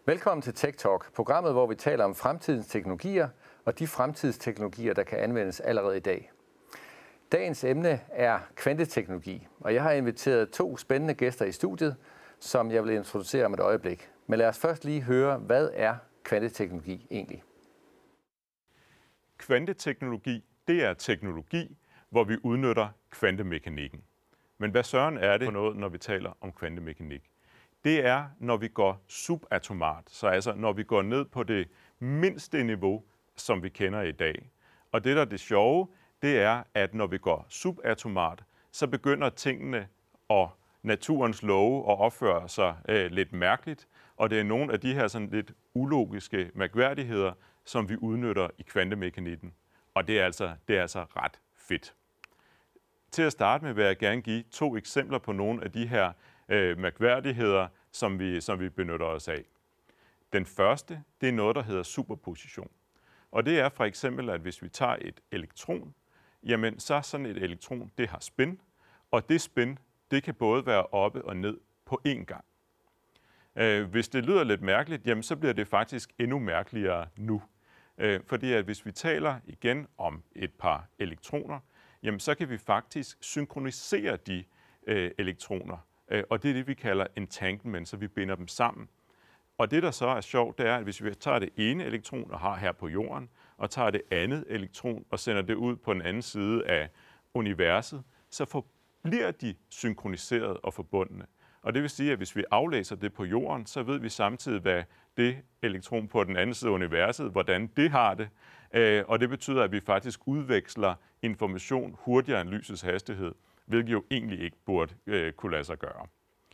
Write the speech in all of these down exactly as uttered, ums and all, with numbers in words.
Velkommen til Tech Talk, programmet, hvor vi taler om fremtidens teknologier og de fremtidsteknologier, der kan anvendes allerede i dag. Dagens emne er kvanteteknologi, og jeg har inviteret to spændende gæster i studiet, som jeg vil introducere om et øjeblik. Men lad os først lige høre, hvad er kvanteteknologi egentlig? Kvanteteknologi, det er teknologi, hvor vi udnytter kvantemekanikken. Men hvad søren er det for noget, når vi taler om kvantemekanik? Det er, når vi går subatomart, så altså når vi går ned på det mindste niveau, som vi kender i dag. Og det, der er det sjove, det er, at når vi går subatomart, så begynder tingene og naturens love at opføre sig øh, lidt mærkeligt, og det er nogle af de her sådan lidt ulogiske mærkværdigheder, som vi udnytter i kvantemekanikken. Og det er altså, det er altså ret fedt. Til at starte med vil jeg gerne give to eksempler på nogle af de her øh, mærkværdigheder, som vi, som vi benytter os af. Den første, det er noget, der hedder superposition. Og det er for eksempel, at hvis vi tager et elektron, jamen så sådan et elektron, det har spin, og det spin, det kan både være oppe og ned på én gang. Øh, hvis det lyder lidt mærkeligt, jamen så bliver det faktisk endnu mærkeligere nu. Øh, fordi at hvis vi taler igen om et par elektroner, jamen så kan vi faktisk synkronisere de øh, elektroner. Øh, og det er det, vi kalder entanglement, så vi binder dem sammen. Og det, der så er sjovt, det er, at hvis vi tager det ene elektron og har her på jorden, og tager det andet elektron og sender det ud på den anden side af universet, så forbliver de synkroniseret og forbundne. Og det vil sige, at hvis vi aflæser det på jorden, så ved vi samtidig, hvad det elektron på den anden side af universet, hvordan det har det. Og det betyder, at vi faktisk udveksler information hurtigere end lysets hastighed, hvilket jo egentlig ikke burde øh, kunne lade sig gøre.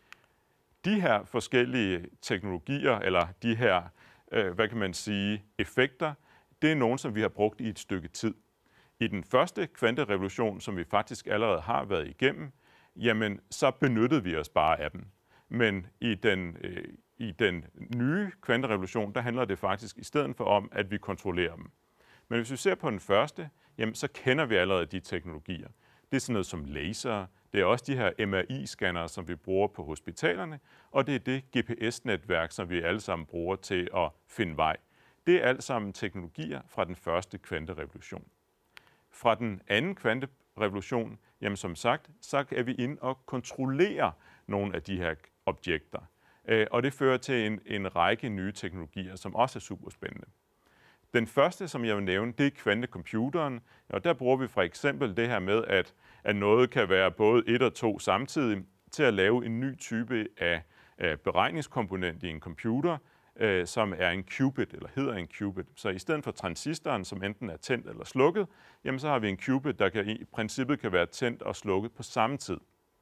De her forskellige teknologier, eller de her, øh, hvad kan man sige, effekter, det er nogle, som vi har brugt i et stykke tid. I den første kvanterevolution, som vi faktisk allerede har været igennem, jamen så benyttede vi os bare af dem. Men i den, øh, i den nye kvanterevolution, der handler det faktisk i stedet for om, at vi kontrollerer dem. Men hvis vi ser på den første, jamen så kender vi allerede de teknologier. Det er sådan noget som laser, det er også de her M R I-scannere, som vi bruger på hospitalerne, og det er det G P S-netværk, som vi alle sammen bruger til at finde vej. Det er alt sammen teknologier fra den første kvanterevolution. Fra den anden kvanterevolution, jamen som sagt, så er vi inde og kontrollere nogle af de her objekter. Og det fører til en, en række nye teknologier, som også er superspændende. Den første, som jeg vil nævne, det er kvantecomputeren, og der bruger vi for eksempel det her med, at, at noget kan være både et og to samtidig til at lave en ny type af, af beregningskomponent i en computer, øh, som er en qubit, eller hedder en qubit. Så i stedet for transistoren, som enten er tændt eller slukket, jamen så har vi en qubit, der kan, i princippet kan være tændt og slukket på samme tid.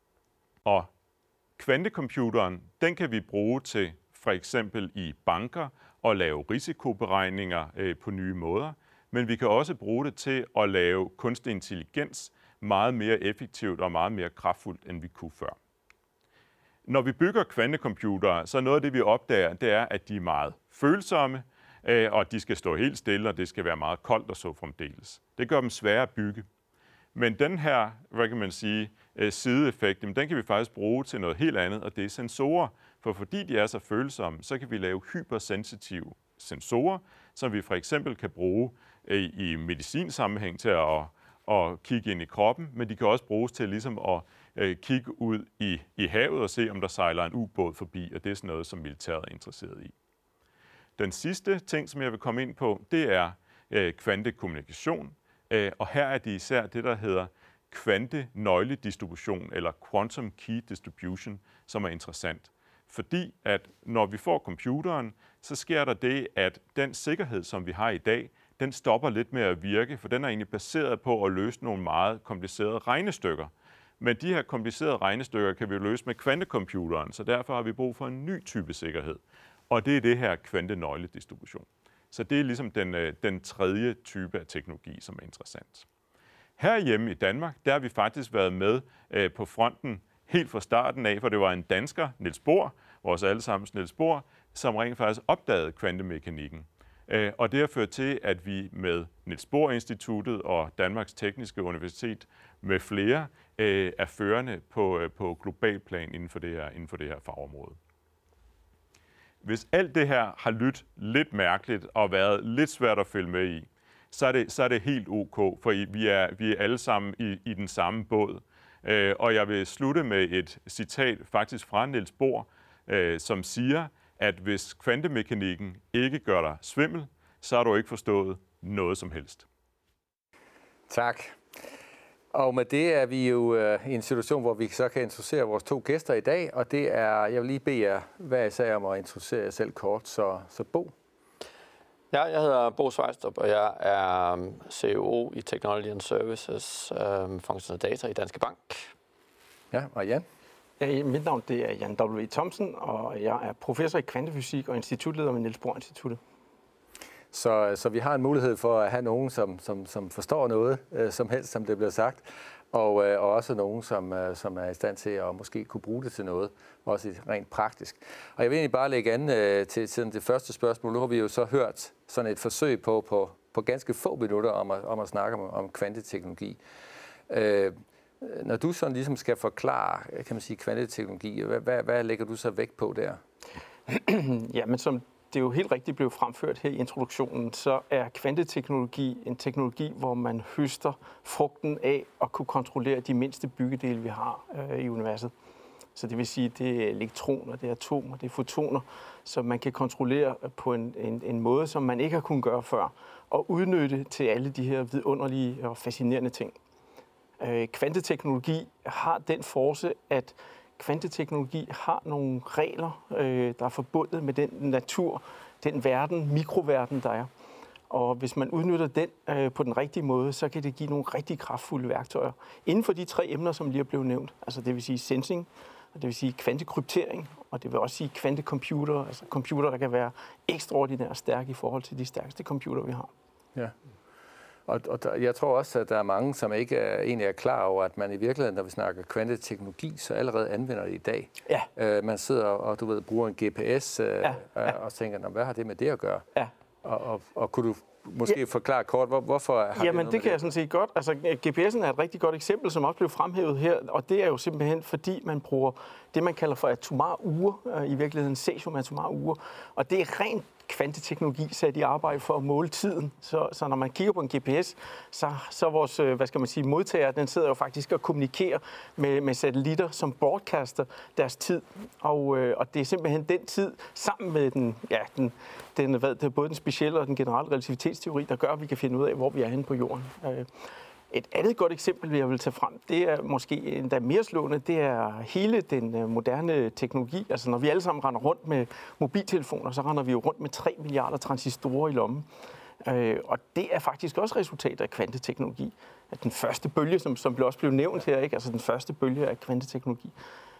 Og kvantecomputeren, den kan vi bruge til for eksempel i banker og lave risikoberegninger øh, på nye måder, men vi kan også bruge det til at lave kunstig intelligens meget mere effektivt og meget mere kraftfuldt, end vi kunne før. Når vi bygger kvantecomputere, så noget af det, vi opdager, det er, at de er meget følsomme, øh, og de skal stå helt stille, og det skal være meget koldt og så fremdeles. Det gør dem svære at bygge. Men den her, hvad kan man sige, sideeffekt, den kan vi faktisk bruge til noget helt andet, og det er sensorer. For fordi de er så følsomme, så kan vi lave hypersensitive sensorer, som vi for eksempel kan bruge i medicinsammenhæng til at, at kigge ind i kroppen, men de kan også bruges til ligesom at kigge ud i, i havet og se, om der sejler en ubåd forbi, og det er sådan noget, som militæret er interesseret i. Den sidste ting, som jeg vil komme ind på, det er kvantekommunikation. Og her er det især det, der hedder kvantenøgledistribution eller quantum key distribution, som er interessant. Fordi at når vi får computeren, så sker der det, at den sikkerhed, som vi har i dag, den stopper lidt med at virke, for den er egentlig baseret på at løse nogle meget komplicerede regnestykker. Men de her komplicerede regnestykker kan vi løse med kvantecomputeren, så derfor har vi brug for en ny type sikkerhed. Og det er det her kvantenøgledistribution. Så det er ligesom den, den tredje type af teknologi, som er interessant. Herhjemme i Danmark, der har vi faktisk været med øh, på fronten helt fra starten af, for det var en dansker, Niels Bohr, vores allesammens Niels Bohr, som rent faktisk opdagede kvantemekanikken. Øh, og det har ført til, at vi med Niels Bohr Instituttet og Danmarks Tekniske Universitet med flere øh, er førende på, øh, på global plan inden for det her, inden for det her fagområde. hvis alt det her har lyttet lidt mærkeligt og været lidt svært at følge med i, så er det, så er det helt ok, for vi er, vi er alle sammen i, i den samme båd. Øh, og jeg vil slutte med et citat faktisk fra Niels Bohr, øh, som siger, at hvis kvantemekanikken ikke gør dig svimmel, så har du ikke forstået noget som helst. Tak. Og med det er vi jo øh, i en situation, hvor vi så kan introducere vores to gæster i dag, og det er, jeg vil lige bede jer hver især om at introducere jer selv kort, så, så Bo. Ja, jeg hedder Bo Svejstrup, og jeg er C E O i Technology and Services, øh, Functional Data i Danske Bank. Ja, og Jan? Ja, mit navn det er Jan W. Thomsen, og jeg er professor i kvantefysik og institutleder ved Niels Bohr Instituttet. Så, så vi har en mulighed for at have nogen, som, som, som forstår noget øh, som helst, som det bliver sagt, og, øh, og også nogen, som, øh, som er i stand til at måske kunne bruge det til noget, også rent praktisk. Og jeg vil egentlig bare lægge an øh, til, til det første spørgsmål. Nu har vi jo så hørt sådan et forsøg på, på, på ganske få minutter om at, om at snakke om, om kvanteteknologi. Øh, når du sådan ligesom skal forklare, kan man sige, kvanteteknologi, hvad, hvad, hvad lægger du så vægt på der? Ja, men som det jo helt rigtigt blev fremført her i introduktionen, så er kvanteteknologi en teknologi, hvor man høster frugten af at kunne kontrollere de mindste byggedele, vi har øh, i universet. Så det vil sige, det er elektroner, det er atomer, det er fotoner, som man kan kontrollere på en, en, en måde, som man ikke har kunnet gøre før, og udnytte til alle de her vidunderlige og fascinerende ting. Øh, kvanteteknologi har den force, at kvanteteknologi har nogle regler, øh, der er forbundet med den natur, den verden, mikroverden, der er. Og hvis man udnytter den øh, på den rigtige måde, så kan det give nogle rigtig kraftfulde værktøjer inden for de tre emner, som lige er blevet nævnt. Altså det vil sige sensing, og det vil sige kvantekryptering, og det vil også sige kvantecomputer, altså computer, der kan være ekstraordinært stærke i forhold til de stærkeste computer, vi har. Ja. Og, og der, jeg tror også, at der er mange, som ikke er, egentlig er klar over, at man i virkeligheden, når vi snakker kvanteteknologi, så allerede anvender det i dag. Ja. Øh, man sidder og du ved, bruger en G P S øh, ja. Ja. og tænker, hvad har det med det at gøre? Ja. Og, og, og kunne du måske ja. forklare kort, hvor, hvorfor har Jamen, det det kan det? jeg sådan set godt. Altså, G P S'en er et rigtig godt eksempel, som også blev fremhævet her, og det er jo simpelthen, fordi man bruger det, man kalder for atomare ure, øh, i virkeligheden cesium-atomare ure, og det er rent kvanteteknologi sat i arbejde for at måle tiden. Så, så når man kigger på en G P S, så, så vores, hvad skal man sige, modtager, den sidder jo faktisk og kommunikerer med, med satellitter, som broadcaster deres tid. Og, øh, og det er simpelthen den tid, sammen med den, ja, den, den, hvad, det er både den specielle og den generelle relativitetsteori, der gør, at vi kan finde ud af, hvor vi er henne på jorden. Øh, Et andet godt eksempel, jeg vil tage frem, det er måske endda mere slående, det er hele den moderne teknologi. Altså når vi alle sammen render rundt med mobiltelefoner, så render vi jo rundt med tre milliarder transistorer i lommen. Og det er faktisk også resultat af kvanteteknologi. At den første bølge, som, som også blev nævnt her, ikke? Altså den første bølge af kvanteteknologi.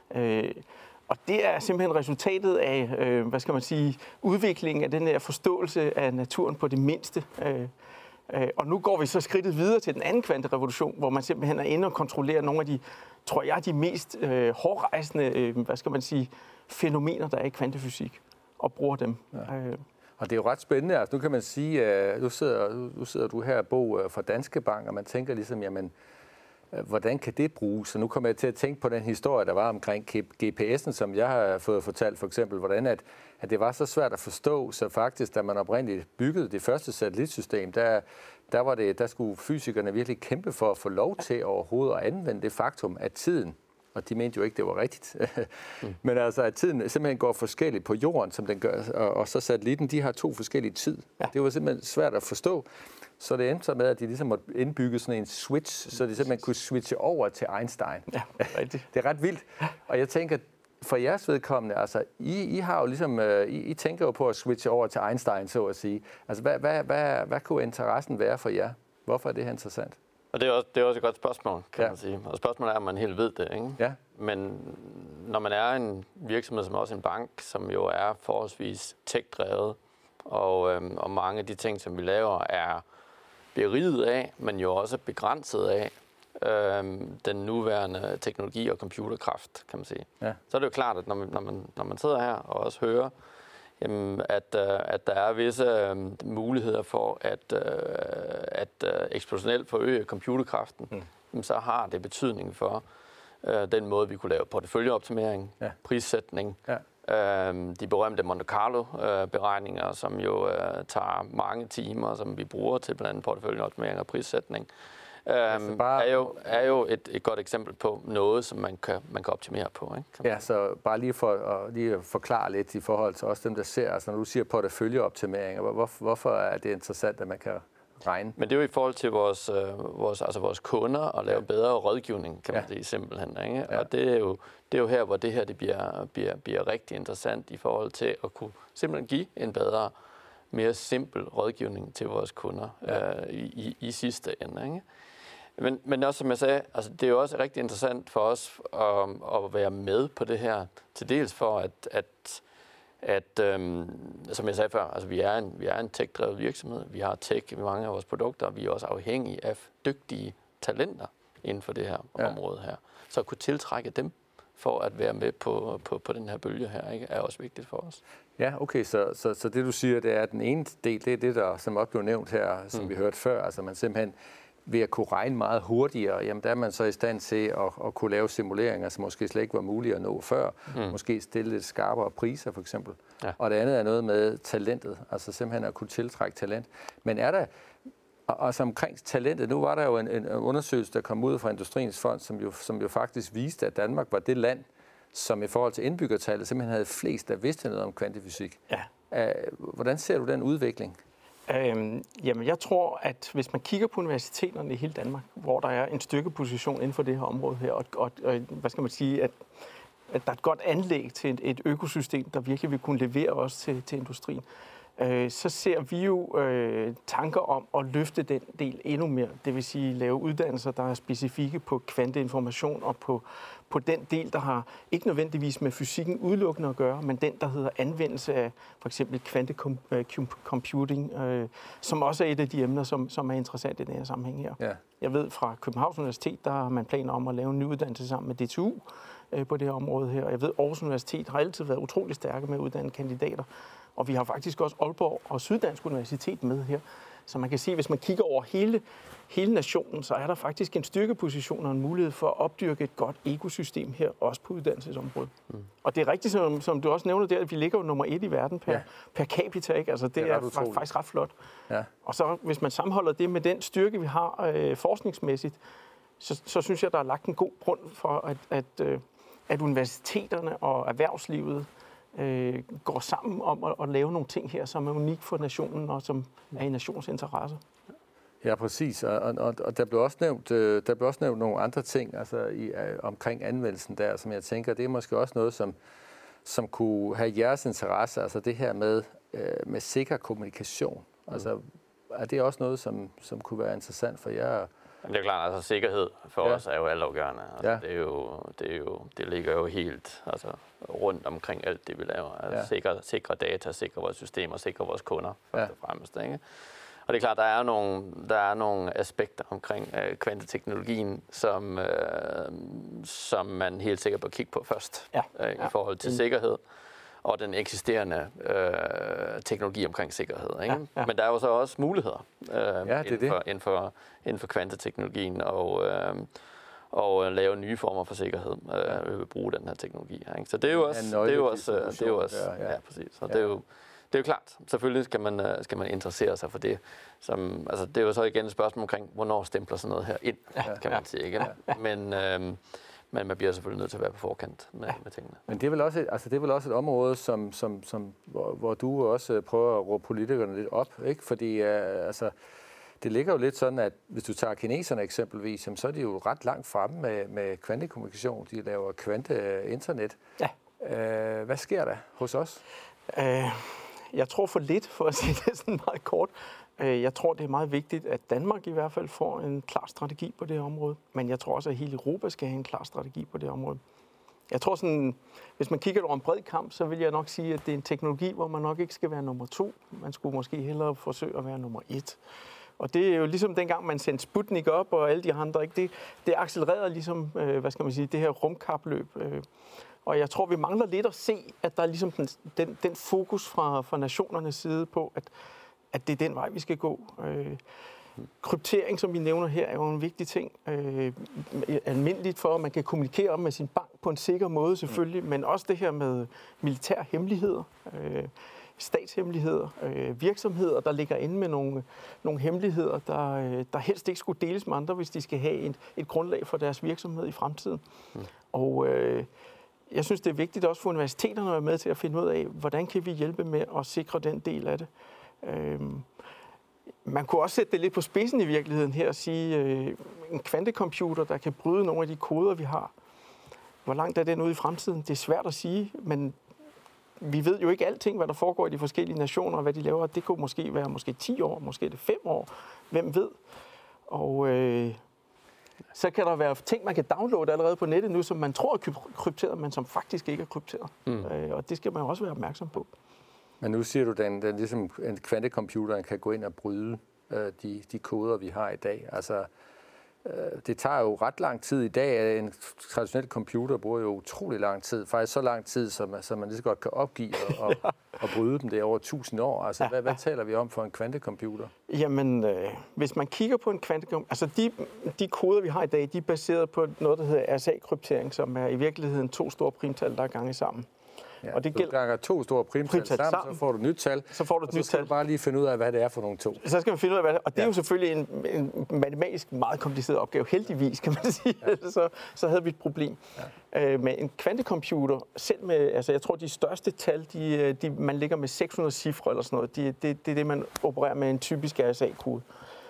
Og det er simpelthen resultatet af, hvad skal man sige, udviklingen af den her forståelse af naturen på det mindste. Og nu går vi så skridtet videre til den anden kvanterevolution, hvor man simpelthen er inde og kontrollerer nogle af de, tror jeg, de mest øh, hårdrejsende, øh, hvad skal man sige, fænomener, der er i kvantefysik, og bruger dem. Ja. Øh. Og det er jo ret spændende. Altså, nu kan man sige, at nu sidder, nu sidder du her, Bo, fra Danske Bank, og man tænker ligesom, jamen, hvordan kan det bruges? Så nu kommer jeg til at tænke på den historie, der var omkring G P S'en, som jeg har fået fortalt, for eksempel, hvordan at, at det var så svært at forstå, så faktisk, da man oprindeligt byggede det første satellitsystem, der, der, var det, der skulle fysikerne virkelig kæmpe for at få lov til overhovedet at anvende det faktum, at tiden, og de mente jo ikke, det var rigtigt, mm. men altså, at tiden simpelthen går forskelligt på jorden, som den gør, og, og så satellitten, de har to forskellige tid. Ja. Det var simpelthen svært at forstå. Så det endte så med, at de ligesom måtte indbygge sådan en switch, så de simpelthen kunne switche over til Einstein. Ja, rigtigt. Det er ret vildt. Og jeg tænker, for jeres vedkommende, altså, I, I har jo ligesom, I, I tænker jo på at switche over til Einstein, så at sige. Altså, hvad, hvad, hvad, hvad kunne interessen være for jer? Hvorfor er det her interessant? Og det er også, det er også et godt spørgsmål, kan ja. man sige. Og spørgsmålet er, om man helt ved det, ikke? Ja. Men når man er en virksomhed, som også en bank, som jo er forholdsvis tech-drevet, og, øhm, og mange af de ting, som vi laver, er beriget af, men jo også begrænset af øhm, den nuværende teknologi og computerkraft, kan man sige. Ja. Så er det jo klart, at når man, når man, når man sidder her og også hører, jamen, at, øh, at der er visse øh, muligheder for at, øh, at øh, eksponentielt forøge computerkraften, mm. jamen, så har det betydning for øh, den måde, vi kunne lave porteføljeoptimering, ja. prissætning, ja. Øh, de berømte Monte Carlo-beregninger, som jo øh, tager mange timer, som vi bruger til blandt andet porteføljeoptimering og prissætning, øh, altså bare... er jo, er jo et, et godt eksempel på noget, som man kan, man kan optimere på. Ikke? Ja, så bare lige for at lige forklare lidt i forhold til også dem, der ser, altså når du siger porteføljeoptimering, hvor, hvorfor er det interessant, at man kan regne? Men det er jo i forhold til vores, øh, vores, altså vores kunder at lave ja. bedre rådgivning, kan man ja. sige simpelthen. Ikke? Ja. Og det er, jo, det er jo her, hvor det her det bliver, bliver, bliver rigtig interessant i forhold til at kunne simpelthen give en bedre, mere simpel rådgivning til vores kunder ja. øh, i, i sidste ende. Ikke? Men, men også som jeg sagde, altså, det er jo også rigtig interessant for os at, at være med på det her, til dels for at, at at, øhm, som jeg sagde før, altså vi er en, vi er en tech-drevet virksomhed. Vi har tech i mange af vores produkter, og vi er også afhængige af dygtige talenter inden for det her ja. område her. Så at kunne tiltrække dem for at være med på, på, på den her bølge her, ikke, er også vigtigt for os. Ja, okay, så, så, så det du siger, det er, at den ene del, det er det, der som også blev nævnt her, som mm. vi hørte før, altså man simpelthen ved at kunne regne meget hurtigere, jamen der er man så i stand til at, at kunne lave simuleringer, som måske slet ikke var mulige at nå før. Mm. Måske stille lidt skarpere priser, for eksempel. Ja. Og det andet er noget med talentet, altså simpelthen at kunne tiltrække talent. Men er der, altså omkring talentet, nu var der jo en, en undersøgelse, der kom ud fra Industriens Fond, som jo, som jo faktisk viste, at Danmark var det land, som i forhold til indbyggertallet simpelthen havde flest, der vidste noget om kvantefysik. Ja. Hvordan ser du den udvikling? Øhm, jamen, jeg tror, at hvis man kigger på universiteterne i hele Danmark, hvor der er en styrkeposition inden for det her område her, og, og, og hvad skal man sige, at, at der er et godt anlæg til et, et økosystem, der virkelig vil kunne levere også til, til industrien, øh, så ser vi jo øh, tanker om at løfte den del endnu mere. Det vil sige lave uddannelser, der er specifikke på kvanteinformation og på, på den del, der har ikke nødvendigvis med fysikken udelukkende at gøre, men den, der hedder anvendelse af for eksempel kvantecomputing, øh, som også er et af de emner, som, som er interessant i den her sammenhæng her. Ja. Jeg ved fra Københavns Universitet, der har man planer om at lave en ny uddannelse sammen med D T U øh, på det her område her. Jeg ved, Aarhus Universitet har altid været utrolig stærke med at uddanne kandidater, og vi har faktisk også Aalborg og Syddansk Universitet med her. Så man kan sige, at hvis man kigger over hele, hele nationen, så er der faktisk en styrkeposition og en mulighed for at opdyrke et godt økosystem her, også på uddannelsesområdet. Mm. Og det er rigtigt, som, som du også nævner der, at vi ligger jo nummer et i verden per, ja. per capita, ikke? Altså det, det er, er faktisk, faktisk ret flot. Ja. Og så hvis man sammenholder det med den styrke, vi har øh, forskningsmæssigt, så, så synes jeg, der er lagt en god grund for, at, at, øh, at universiteterne og erhvervslivet øh, går sammen om at, at lave nogle ting her, som er unikt for nationen og som er i nations interesse. Ja, præcis. Og, og, og der blev også nævnt, øh, der blev også nævnt nogle andre ting, altså i, øh, omkring anvendelsen der, som jeg tænker, det er måske også noget, som, som kunne have jeres interesse, altså det her med, øh, med sikker kommunikation. Mm. Altså, er det også noget, som, som kunne være interessant for jer? Det er klart, altså sikkerhed for ja. os er jo altafgørende. Altså, ja. det, er jo, det, er jo, det ligger jo helt altså, rundt omkring alt det, vi laver. Altså, ja. sikre, sikre data, sikre vores systemer, sikre vores kunder, først ja. og fremmest. Ikke? Og det er klart, der er nogle, der er nogle aspekter omkring øh, kvanteteknologien, som, øh, som man helt sikkert bør kigge på først ja. øh, i forhold til ja. sikkerhed og den eksisterende øh, teknologi omkring sikkerhed. Ikke? Ja, ja. Men der er jo så også muligheder øh, ja, inden, for, inden, for, inden for kvanteteknologien og, øh, og lave nye former for sikkerhed øh, ved at bruge den her teknologi. Ikke? Så det er jo også, det er jo også, det er jo også ja, ja. ja, præcis. Så ja. det er jo Det er jo klart. Selvfølgelig skal man, skal man interessere sig for det. Som, altså, det er jo så igen et spørgsmål omkring, hvornår stempler sådan noget her ind, ja, kan man ja, sige. Ikke? Ja, men, øhm, men man bliver selvfølgelig nødt til at være på forkant med, med tingene. Men det er vel også et, altså det er vel også et område, som, som, som, hvor, hvor du også prøver at råbe politikerne lidt op. Ikke? Fordi uh, altså, det ligger jo lidt sådan, at hvis du tager kineserne eksempelvis, jamen, så er de jo ret langt fremme med, med kvantekommunikation. De laver kvante-internet. Ja. Uh, hvad sker der hos os? Uh... Jeg tror for lidt, for at sige det sådan meget kort. Jeg tror, det er meget vigtigt, at Danmark i hvert fald får en klar strategi på det her område. Men jeg tror også, at hele Europa skal have en klar strategi på det her område. Jeg tror sådan, hvis man kigger over en bred kamp, så vil jeg nok sige, at det er en teknologi, hvor man nok ikke skal være nummer to. Man skulle måske hellere forsøge at være nummer et. Og det er jo ligesom dengang, man sendte Sputnik op og alle de andre. Ikke? Det, det accelererede ligesom, hvad skal man sige, det her rumkapløb. Og jeg tror, vi mangler lidt at se, at der er ligesom den, den, den fokus fra, fra nationernes side på, at, at det er den vej, vi skal gå. Øh, kryptering, som vi nævner her, er jo en vigtig ting. Øh, almindeligt for, at man kan kommunikere med sin bank på på en sikker måde selvfølgelig, mm. men også det her med militære hemmeligheder, øh, statshemmeligheder, øh, virksomheder, der ligger inde med nogle, nogle hemmeligheder, der, øh, der helst ikke skulle deles med andre, hvis de skal have et, et grundlag for deres virksomhed i fremtiden. Mm. Og øh, jeg synes, det er vigtigt også for universiteterne at være med til at finde ud af, hvordan kan vi hjælpe med at sikre den del af det. Øh, Man kunne også sætte det lidt på spidsen i virkeligheden her og sige, øh, en kvantecomputer, der kan bryde nogle af de koder, vi har. Hvor langt er den ude i fremtiden? Det er svært at sige, men vi ved jo ikke alting, hvad der foregår i de forskellige nationer, og hvad de laver. Det kunne måske være måske ti år, måske det fem år. Hvem ved? Og øh, så kan der være ting, man kan downloade allerede på nettet nu, som man tror er krypteret, men som faktisk ikke er krypteret. Mm. Øh, og det skal man også være opmærksom på. Men nu siger du, at den, den, ligesom en kvantecomputer kan gå ind og bryde øh, de, de koder, vi har i dag. Altså, øh, det tager jo ret lang tid i dag. En traditionel computer bruger jo utrolig lang tid. Faktisk så lang tid, som, som man lige så godt kan opgive og, og, og bryde dem. Det er over tusind år. Altså, ja, hvad, hvad taler vi om for en kvantecomputer? Jamen, øh, hvis man kigger på en kvantecomputer... Altså, de, de koder, vi har i dag, de er baseret på noget, der hedder R S A-kryptering, som er i virkeligheden to store primtal, der er ganget sammen. Ja, og det gælder, du ganger to store primtal, primtal sammen, sammen, så får du et nyt tal. Så får du et og nyt så skal tal. du bare lige finde ud af, hvad det er for nogle to. Så skal man finde ud af, hvad det er. Og det ja. er jo selvfølgelig en, en matematisk meget kompliceret opgave. Heldigvis, kan man sige. Ja. så, så havde vi et problem. Ja. Øh, med en kvantecomputer, selv med, altså jeg tror, de største tal, de, de, man ligger med seks hundrede cifre eller sådan noget. Det, det, det er det, man opererer med en typisk R S A-kode.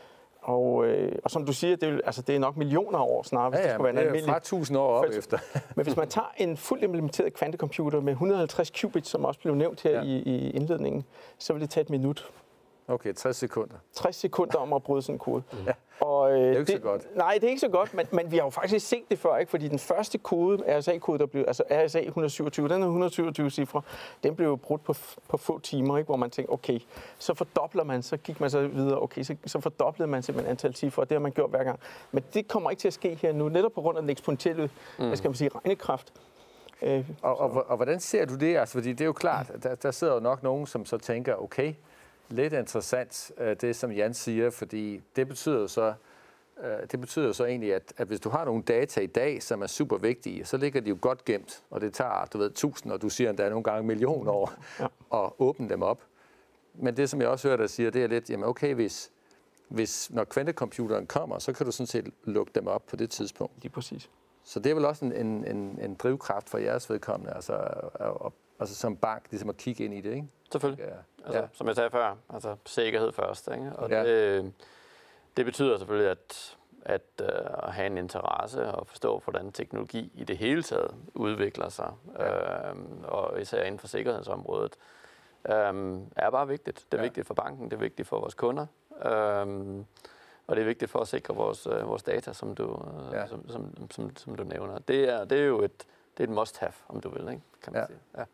Og, øh, og som du siger, det er, altså, det er nok millioner af år snart, hvis ja, ja, det skulle være en almindelig... fra tusind år op efter. Men hvis man tager en fuldt implementeret kvantecomputer med et hundrede og halvtreds qubits, som også blev nævnt her ja. i, i indledningen, så vil det tage et minut. Okay, tres sekunder. tres sekunder om at bryde sådan en kode. Ja. Og, øh, det er jo ikke det, så godt. Nej, det er ikke så godt, men, men vi har jo faktisk set det før, ikke? Fordi den første kode, R S A-kode, der blev, altså R S A et hundrede og syvogtyve, den er et hundrede og syvogtyve cifre, den blev jo brudt på, på få timer, ikke? Hvor man tænkte, okay, så fordobler man, så gik man så videre, okay, så, så fordoblede man simpelthen antal cifre, og det har man gjort hver gang. Men det kommer ikke til at ske her nu, netop på grund af den eksponentielle, mm. hvad skal man sige, regnekraft. Øh, og, og, og hvordan ser du det? Altså, fordi det er jo klart, der, der sidder jo nok nogen, som så tænker, okay, lidt interessant, det som Jan siger, fordi det betyder så, det betyder så egentlig, at, at hvis du har nogle data i dag, som er super vigtige, så ligger de jo godt gemt, og det tager, du ved, tusind, og du siger, at der er nogle gange millioner år ja. at åbne dem op. Men det, som jeg også hører dig siger, det er lidt, jamen okay, hvis, hvis når kvantecomputeren kommer, så kan du sådan set lukke dem op på det tidspunkt. Lige præcis. Så det er vel også en, en, en, en drivkraft for jeres vedkommende, altså, at, altså som bank, ligesom at kigge ind i det, ikke? Selvfølgelig. Ja. Altså, Ja. som jeg sagde før, altså sikkerhed først, ikke? Og Ja. det, det betyder selvfølgelig, at, at uh, at have en interesse og forstå, hvordan teknologi i det hele taget udvikler sig, ja. øhm, og især inden for sikkerhedsområdet, øhm, er bare vigtigt. Det er Ja. vigtigt for banken, det er vigtigt for vores kunder, øhm, og det er vigtigt for at sikre vores, øh, vores data, som du, øh, Ja. som, som, som, som du nævner. Det er, det er jo et, det er et must-have, om du vil, ikke? Kan man Ja. sige. Ja.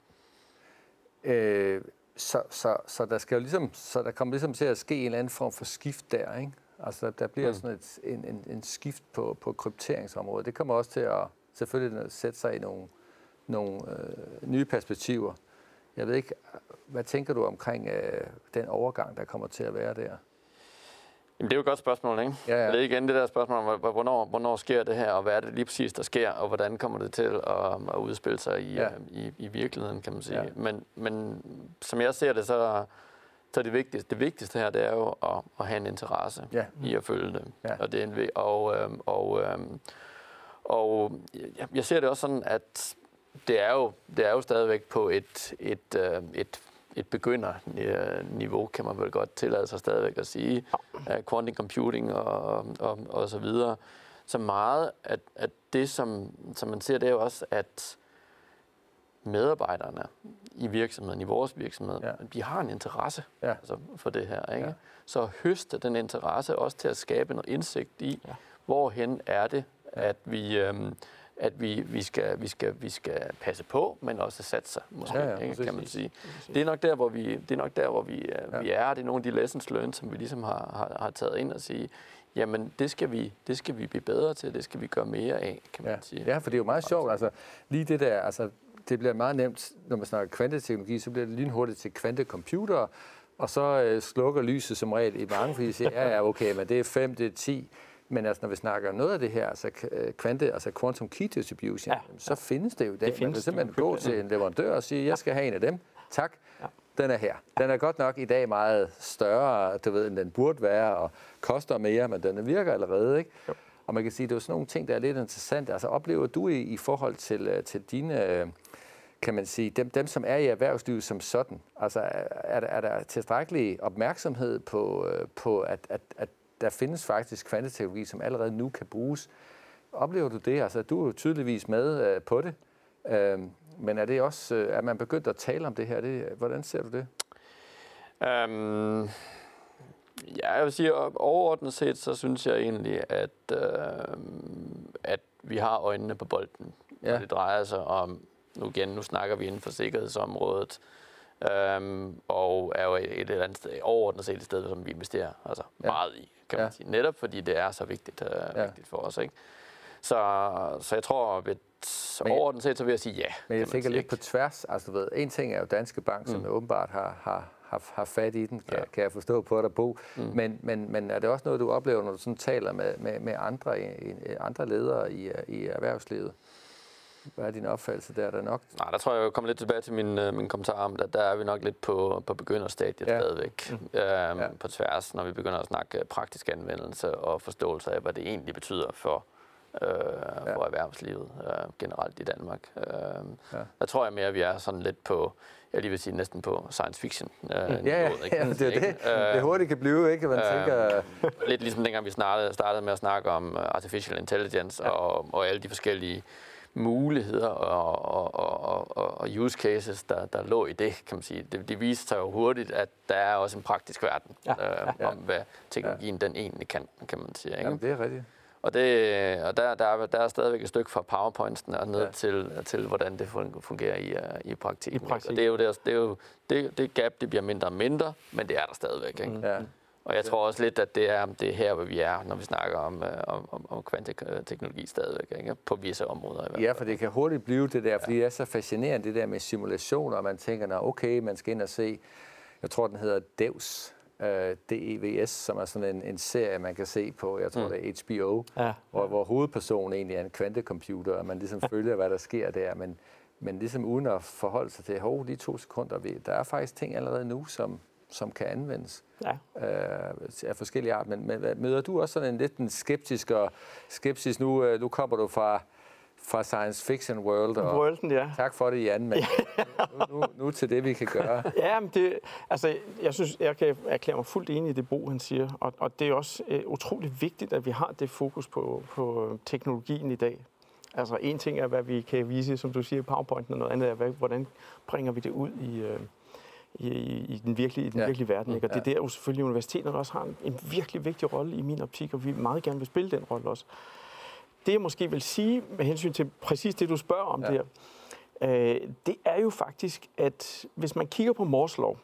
Øh, så, så, så der skal jo ligesom, så der kommer ligesom til at ske en eller anden form for skift der, ikke? Altså der bliver mm. sådan et, en, en, en skift på, på krypteringsområdet. Det kommer også til at selvfølgelig sætte sig i nogle, nogle øh, nye perspektiver. Jeg ved ikke, hvad tænker du omkring øh, den overgang, der kommer til at være der? Jamen, det er jo et godt spørgsmål, ikke? Ja, ja. Det er igen det der spørgsmål om, hvornår, hvornår sker det her, og hvad er det lige præcis, der sker, og hvordan kommer det til at, at udspille sig i, Ja. i, i virkeligheden, kan man sige. Ja. Men, men som jeg ser det, så, så det vigtigste, det vigtigste her, det er jo at, at have en interesse Ja. i at følge det. Ja. Og, det er en, og, øhm, og, øhm, og jeg, jeg ser det også sådan, at det er jo, det er jo stadigvæk på et, et, øh, et et begynderniveau, kan man vel godt tillade sig stadigvæk at sige, ja. uh, quantum computing og, og, og så videre. Så meget, at, at det, som, som man ser, det er jo også, at medarbejderne i virksomheden, i vores virksomhed, Ja. de har en interesse Ja. altså, for det her. Ikke? Ja. Så høste den interesse også til at skabe noget indsigt i, Ja. hvorhen er det, at vi... Øhm, at vi, vi, skal, vi, skal, vi skal passe på, men også satse, måske, Ja, ja, ikke, præcis. kan man sige. Det er nok der, hvor vi, det er, nok der, hvor vi, Ja. vi er. Det er nogle af de lessons learned, som vi ligesom har, har, har taget ind og sige, jamen det skal, vi, det skal vi blive bedre til, det skal vi gøre mere af, kan man Ja. sige. Ja, for det er jo meget sjovt. Altså, lige det der, altså, det bliver meget nemt, når man snakker kvanteteknologi, så bliver det lynhurtigt til kvantecomputere, og så øh, slukker lyset som regel i mange, fordi de siger, ja, ja, okay, men det er fem, det er ti. Men altså, når vi snakker om noget af det her, altså kvante, altså quantum key distribution, ja, så ja. findes det jo i dag. Det man kan simpelthen gå til en leverandør og sige, jeg skal have en af dem. Tak. Ja. Den er her. Den er godt nok i dag meget større, du ved, end den burde være, og koster mere, men den virker allerede, ikke? Jo. Og man kan sige, det er jo sådan nogle ting, der er lidt interessant. Altså, oplever du i, i forhold til, til dine, kan man sige, dem, dem, som er i erhvervslivet som sådan, altså, er der, er der tilstrækkelig opmærksomhed på, på at, at, at der findes faktisk kvanteteknologi, som allerede nu kan bruges? Oplever du det? Altså, du er jo tydeligvis med på det. Men er det også, er man begyndt at tale om det her? Det, hvordan ser du det? Um, ja, jeg vil sige, overordnet set, så synes jeg egentlig, at, uh, at vi har øjnene på bolden. Ja. Når det drejer sig om, nu igen, nu snakker vi inden for sikkerhedsområdet, um, og er jo et eller andet sted, overordnet set et sted, som vi investerer altså ja. meget i, kan man ja. sige. Netop fordi det er så vigtigt, uh, ja. vigtigt for os, ikke? Så, så jeg tror, at så overordnet set, så vil jeg sige ja. Men jeg tænker lidt på tværs. Altså, du ved, en ting er jo Danske Bank, som mm. åbenbart har, har, har, har fat i den, kan, ja. kan jeg forstå på dig, Bo. Mm. Men, men, men er det også noget, du oplever, når du sådan taler med, med, med andre, andre ledere i, i erhvervslivet? Hvad er din opfattelse der? Er der nok? Nej, der tror jeg, jeg kommer lidt tilbage til min, min kommentar om, at der er vi nok lidt på, på begynderstadiet ja. stadigvæk. Mm. Øhm, ja. På tværs, når vi begynder at snakke praktisk anvendelse og forståelse af, hvad det egentlig betyder for Øh, ja. for erhvervslivet øh, generelt i Danmark. Øh, ja. Der tror jeg mere, at vi er sådan lidt på, jeg lige vil sige næsten på science fiction. Øh, ja, ja, niveauet, ikke? Ja, det er det. Øh, det hurtigt kan blive, ikke? Man øh, tænker... lidt ligesom dengang vi startede, startede med at snakke om artificial intelligence ja. og, og alle de forskellige muligheder og, og, og, og, og use cases, der, der lå i det, kan man sige. Det, det viste sig jo hurtigt, at der er også en praktisk verden ja. øh, ja. om, hvad teknologien ja. den egentlig kan, kan man sige. Ikke? Jamen, det er rigtigt. Og, det, og der, der, er, der er stadigvæk et stykke fra PowerPointen og ned ja. til, til, hvordan det fungerer i, i praktikken. I praktik. Og det er jo, det, det, er jo det, det gap, det bliver mindre og mindre, men det er der stadigvæk. Ikke? Ja. Og jeg tror også lidt, at det er, det er her, hvor vi er, når vi snakker om, om, om, om kvanteteknologi stadigvæk, ikke? På visse områder i hvert fald. Ja, for det kan hurtigt blive det der, fordi ja. det er så fascinerende, det der med simulationer, og man tænker, nå, okay, man skal ind og se, jeg tror, den hedder Devs, D E V S, som er sådan en, en serie, man kan se på, jeg tror, mm. det er H B O, ja. hvor, hvor hovedpersonen egentlig er en kvantecomputer, og man ligesom følger, hvad der sker der, men, men ligesom uden at forholde sig til, hov, de to sekunder, der er faktisk ting allerede nu, som, som kan anvendes ja. øh, af forskellige art. Men, men møder du også sådan en lidt en skeptisk og skepsis, nu, nu kommer du fra fra science fiction world, og Worlden, ja. tak for det, Jan, men nu, nu, nu til det, vi kan gøre. Ja, men det, altså, jeg synes, jeg kan erklære mig fuldt enig i det, Bo, han siger, og, og det er også uh, utroligt vigtigt, at vi har det fokus på, på teknologien i dag. Altså, en ting er, hvad vi kan vise, som du siger, i PowerPoint, og noget andet er, hvad, hvordan bringer vi det ud i, uh, i, i den virkelige, i den ja. virkelige verden, ikke? Og ja. det er der jo selvfølgelig, universiteterne også har en, en virkelig vigtig rolle i min optik, og vi meget gerne vil spille den rolle også. Det, jeg måske vil sige med hensyn til præcis det, du spørger om ja. der, øh, det er jo faktisk, at hvis man kigger på Moores lov,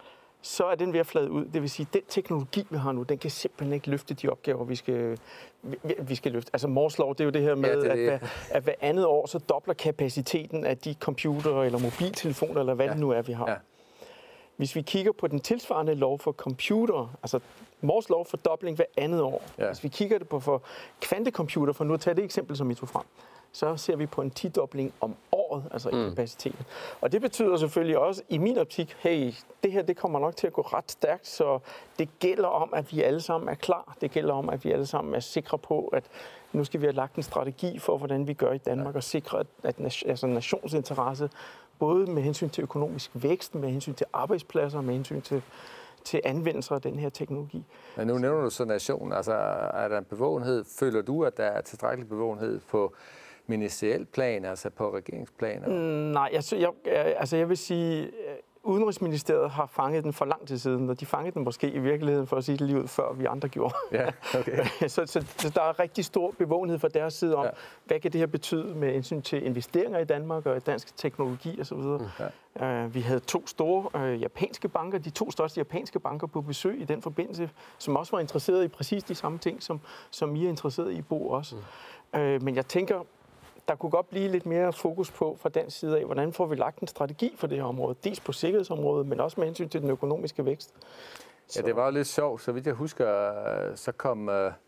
så er den ved at flade ud. Det vil sige, at den teknologi, vi har nu, den kan simpelthen ikke løfte de opgaver, vi skal, vi, vi skal løfte. Altså Moores lov, det er jo det her med, ja, det det. At, at hver andet år, så dobler kapaciteten af de computere eller mobiltelefoner, eller hvad ja. det nu er, vi har. Ja. Hvis vi kigger på den tilsvarende lov for computer, altså Moores lov for dobling hver andet år. Ja. Hvis vi kigger det på for kvantecomputer, for nu at tage det eksempel, som I tog frem, så ser vi på en tidobling om året, altså mm. i kapaciteten. Og det betyder selvfølgelig også, i min optik, hey, det her det kommer nok til at gå ret stærkt, så det gælder om, at vi alle sammen er klar. Det gælder om, at vi alle sammen er sikre på, at nu skal vi have lagt en strategi for, hvordan vi gør i Danmark, ja. og sikre, at, at altså nationsinteresse, både med hensyn til økonomisk vækst, med hensyn til arbejdspladser, med hensyn til til anvendelser af den her teknologi. Men nu nævner du så nationen. Altså, er der en bevågenhed? Føler du, at der er tilstrækkelig bevågenhed på ministerielt plan, altså på regeringsplan? Mm, nej, jeg, jeg, altså jeg vil sige, Udenrigsministeriet har fanget den for lang tid siden, og de fangede den måske i virkeligheden, for at sige det lige ud, før vi andre gjorde. Ja, okay. så, så, så der er rigtig stor bevågenhed fra deres side om, ja. hvad kan det her betyde med hensyn til investeringer i Danmark og dansk teknologi osv. Ja. Uh, vi havde to store uh, japanske banker, de to største japanske banker på besøg i den forbindelse, som også var interesseret i præcis de samme ting, som, som I er interesseret i, Bo, også. Mm. Uh, men jeg tænker, der kunne godt blive lidt mere fokus på fra den side af, hvordan får vi lagt en strategi for det her område. Dels på sikkerhedsområdet, men også med hensyn til den økonomiske vækst. Så. Ja, det var jo lidt sjovt. Så vidt jeg husker, så kom,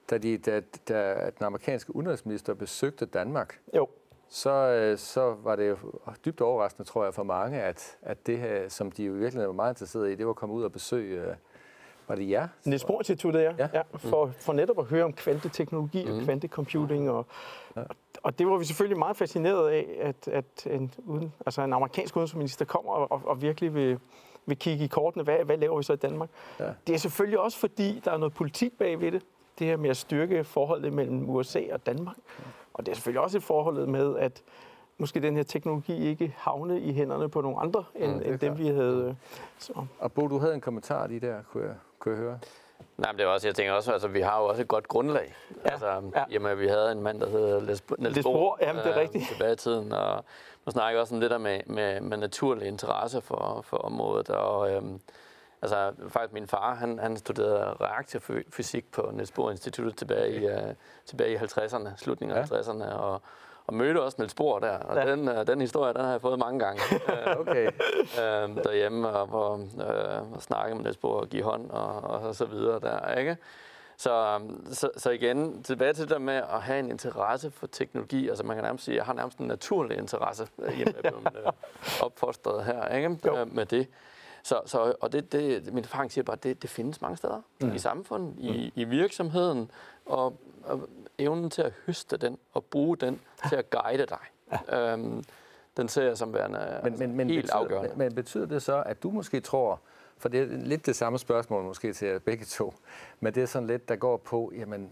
da, de, da, da den amerikanske udenrigsminister besøgte Danmark, Jo. så, så var det jo dybt overraskende, tror jeg, for mange, at, at det her, som de jo virkelig var meget interesserede i, det var at komme ud og besøge. Var det jer? Niels Bohr Instituttet, ja. Ja. ja for, for netop at høre om kvanteteknologi mm. og kvantecomputing. Og, ja. og det var vi selvfølgelig meget fascineret af, at, at en, uden, altså en amerikansk udenrigsminister kommer og, og, og virkelig vil, vil kigge i kortene. Hvad, hvad laver vi så i Danmark? Ja. Det er selvfølgelig også, fordi der er noget politik bagved det. Det her med at styrke forholdet mellem U S A og Danmark. Ja. Og det er selvfølgelig også et forhold med, at måske den her teknologi ikke havne i hænderne på nogle andre, end, mm, end dem, vi havde. Så. Og Bo, du havde en kommentar lige der, kunne jeg, kunne jeg høre? Nej, men det er også, jeg tænker også, altså vi har jo også et godt grundlag. Ja, altså, ja. Jamen, vi havde en mand, der hedder Niels Bohr, jamen, det er rigtigt. Øh, tilbage i tiden, og nu snakker jeg også om det der med, med, med naturlig interesse for, for området, og øhm, altså faktisk min far, han, han studerede reaktorfysik på Niels Bohr Instituttet tilbage i, uh, tilbage i halvtredserne, slutningen af ja. halvtredserne, og og mødte også Niels Bohr der, og ja. den, den historie, den har jeg fået mange gange okay. øh, derhjemme, og, og, øh, og snakke med Niels Bohr og give hånd, og, og så videre der, ikke? Så, så, så igen, tilbage til det der med at have en interesse for teknologi, altså man kan nærmest sige, at jeg har nærmest en naturlig interesse hjemme, jeg blev opfostret her, ikke? Jo. Med det. Så, så, og det, det, min erfaring siger bare, at det, det findes mange steder mm. i samfundet, i, i virksomheden, og, og evnen til at høste den og bruge den til at guide dig. Ja. Øhm, den ser jeg som værende men, men, men helt betyder, afgørende. Men, men betyder det så, at du måske tror, for det er lidt det samme spørgsmål måske til jer begge to, men det er sådan lidt, der går på, jamen,